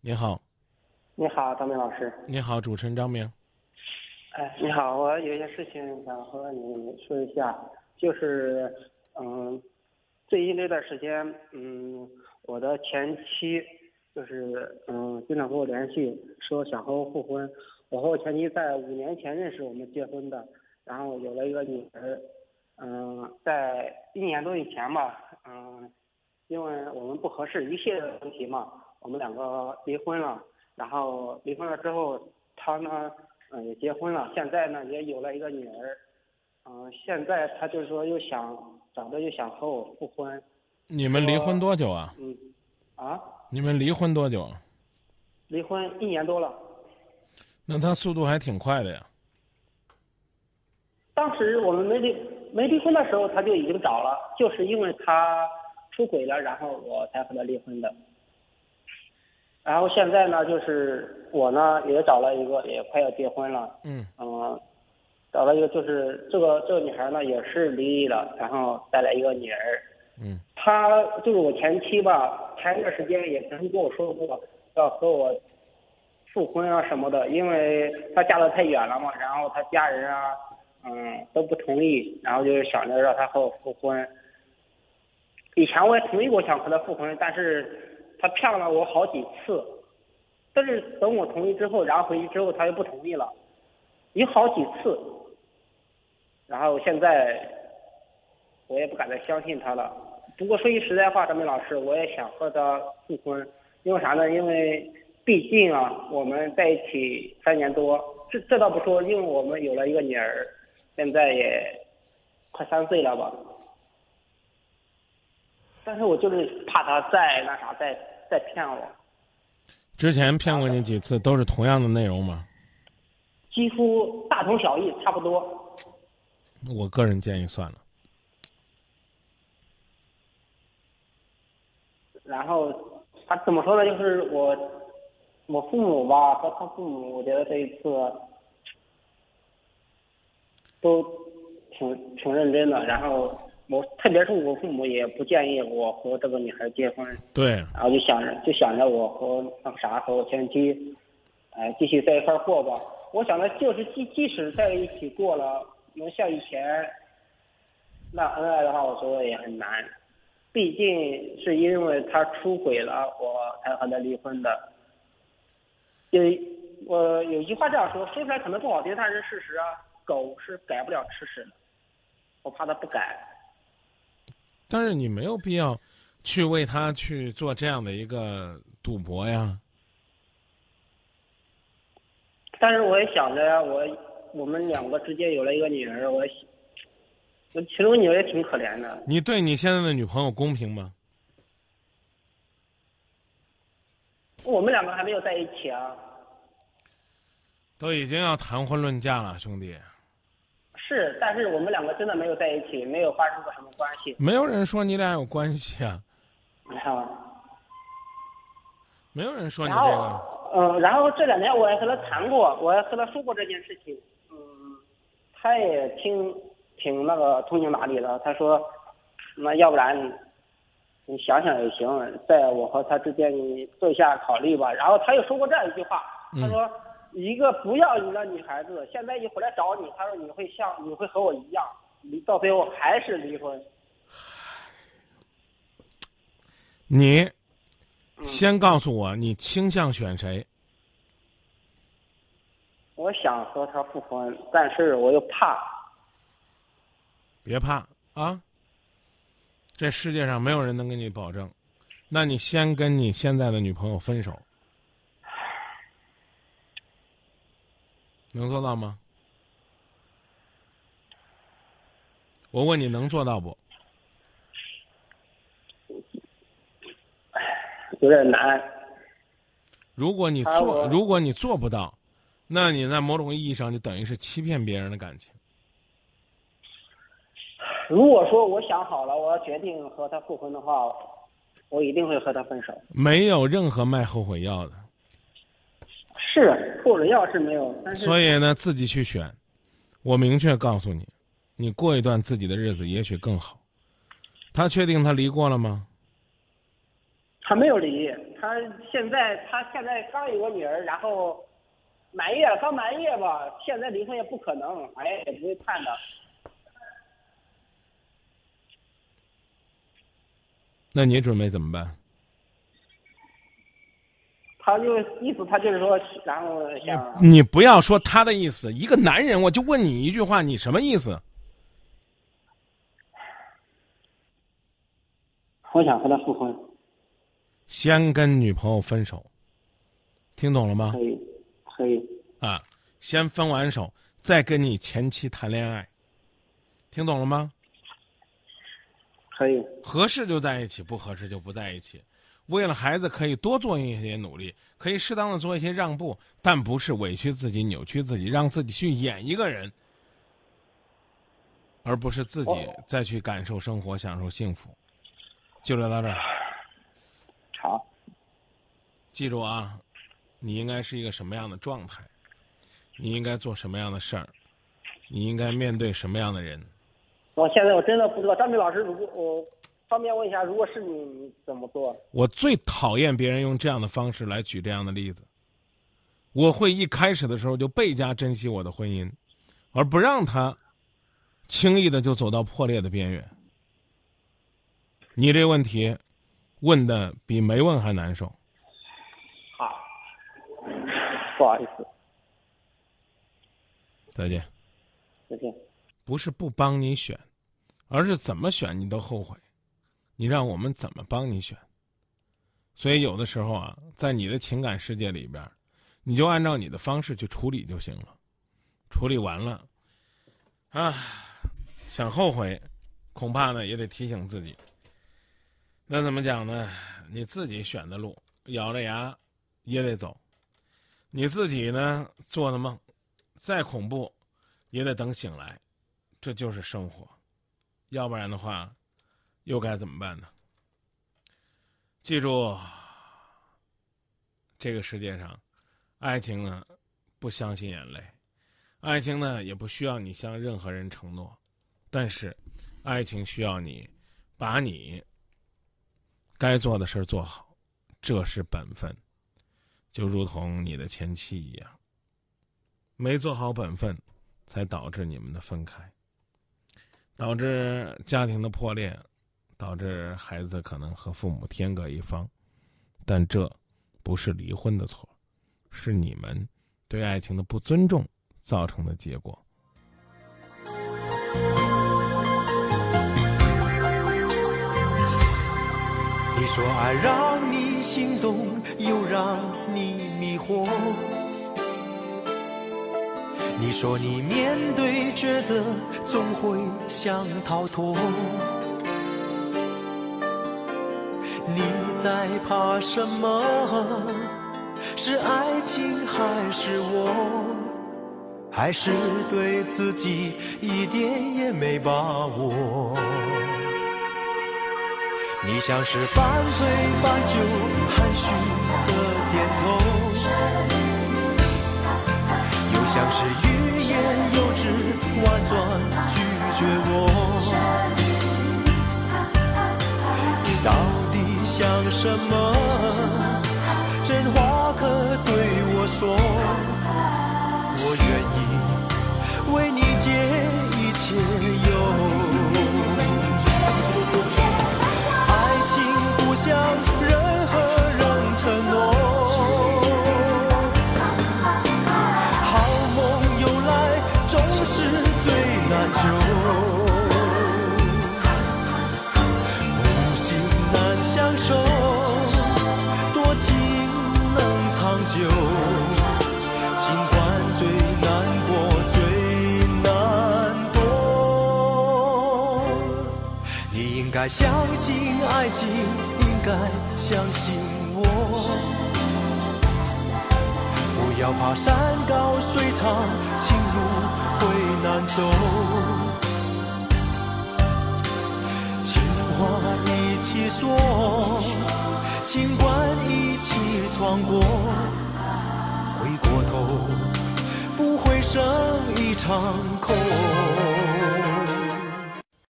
你好。 你好，张明老师。 你好，主持人张明。 哎，你好，我有一些事情想和你说一下，就是，嗯，最近这段时间，我的前妻经常和我联系，说想和我复婚。我和我前妻在5年前认识，我们结婚的，然后有了一个女儿。在1年多以前吧，因为我们不合适，一系列的问题嘛，我们两个离婚了。然后离婚了之后，他呢，也结婚了，现在呢也有了一个女儿。现在他就是说又想和我复婚。 你们离婚说， 多久啊？ 嗯，啊， 你们离婚多久啊？ 离婚1年多了。 那他速度还挺快的呀。 当时我们没离婚的时候，他就已经找了，就是因为他出轨了，然后我才和他离婚的。然后现在呢，就是我呢也找了一个，也快要结婚了。 嗯找了一个，就是这个女孩呢也是离异了，然后带来一个女儿。 嗯。 她就是我前妻吧，前一段时间也曾经跟我说过要和我复婚啊什么的，因为她嫁得太远了嘛，然后她家人啊，都不同意，然后就是想着让她和我复婚。以前我也同意过想和她复婚，但是她骗了我好几次，但是等我同意之后，然后回去之后她又不同意了，有好几次。然后现在我也不敢再相信他了。不过说句实在话，张明老师，我也想和他复婚。因为啥呢？因为毕竟啊，我们在一起3年多，这倒不说，因为我们有了一个女儿，现在也快3岁了吧。但是我就是怕他再那啥，再骗我。 之前骗过你几次，都是同样的内容吗？ 几乎大同小异，差不多。 我个人建议算了。 然后他怎么说呢？就是我父母吧，和他父母，我觉得这一次都挺认真的。然后特别是我父母也不建议我和这个女孩结婚。 对。 然后就想着我和那个啥和我前妻，继续在一块儿过吧。我想着就是即使在一起过了，能像以前那恩爱的话，我觉得也很难。毕竟是因为他出轨了，我才和他离婚的。有我有一句话这样说出来可能不好听，但是事实啊，狗是改不了吃屎的。我怕他不改。 但是你没有必要去为他去做这样的一个赌博呀。 但是我也想着呀，我们两个之间有了一个女儿，其实我女儿也挺可怜的。 你对你现在的女朋友公平吗？ 我们两个还没有在一起啊。 都已经要谈婚论嫁了，兄弟。 是，但是我们两个真的没有在一起，没有发生过什么关系。 没有人说你俩有关系啊。 啊。 没有人说你然后， 这个。 然后这2年我也和他谈过，我也和他说过这件事情。他也挺那个通情达理的。他说，那要不然你想想也行，在我和他之间你做一下考虑吧。然后他又说过这样一句话，他说，一个不要你的女孩子现在一回来找你，他说你会和我一样，你到最后还是离婚。 你先告诉我，你倾向选谁？ 我想和他复婚，但是我又怕。 别怕啊，这世界上没有人能给你保证。那你先跟你现在的女朋友分手，能做到吗？我问你能做到不？ 有点难。 如果你做不到，那你在某种意义上就等于是欺骗别人的感情。 如果说我想好了，我要决定和他复婚的话，我一定会和他分手。 没有任何卖后悔药的。 是后悔药是没有，但是所以呢，自己去选。我明确告诉你，你过一段自己的日子也许更好。他确定他离过了吗？ 他没有离， 他现在刚有个女儿，然后刚满月吧，现在离婚也不可能，哎，也不会判的。 那你准备怎么办？ 他就是说，然后想你不要说他的意思，一个男人，我就问你一句话，你什么意思？ 我想和他复婚。 先跟女朋友分手，听懂了吗？ 可以啊，先分完手，再跟你前妻谈恋爱，听懂了吗？ 可以。 合适就在一起，不合适就不在一起。为了孩子，可以多做一些努力，可以适当的做一些让步，但不是委屈自己、扭曲自己，让自己去演一个人，而不是自己再去感受生活、享受幸福。就聊到这儿。 好。 记住啊，你应该是一个什么样的状态，你应该做什么样的事儿，你应该面对什么样的人。 我真的不知道，张明老师，如果我方便问一下，如果是你怎么做？ 我最讨厌别人用这样的方式来举这样的例子。我会一开始的时候就倍加珍惜我的婚姻，而不让他轻易的就走到破裂的边缘。你这问题问的比没问还难受。 好，不好意思。 再见。 再见。 不是不帮你选，而是怎么选你都后悔。你让我们怎么帮你选？所以有的时候啊，在你的情感世界里边，你就按照你的方式去处理就行了。处理完了，啊，想后悔，恐怕呢也得提醒自己。那怎么讲呢？你自己选的路，咬着牙也得走。你自己呢做的梦，再恐怖，也得等醒来。这就是生活，要不然的话，又该怎么办呢？记住，这个世界上，爱情呢不相信眼泪，爱情呢也不需要你向任何人承诺，但是，爱情需要你把你该做的事做好，这是本分。就如同你的前妻一样，没做好本分，才导致你们的分开，导致家庭的破裂，导致孩子可能和父母天各一方。但这不是离婚的错，是你们对爱情的不尊重造成的结果。 你说爱让你心动，又让你迷惑。你说你面对抉择，总会想逃脱。你在怕什么？是爱情还是我？还是对自己一点也没把握？你像是半推半就，含蓄的点头，又像是欲言又止，婉转拒绝我。你到底想什么？真话可对我说，我愿意为你借一切忧。不向任何人承诺，好梦由来总是最难求，无心难相守，多情能长久，尽管最难过最难躲。你应该相信爱情，应该相信我，不要怕山高水长，情路会难走。情话一起说，情关一起闯过，回过头不会剩一场空。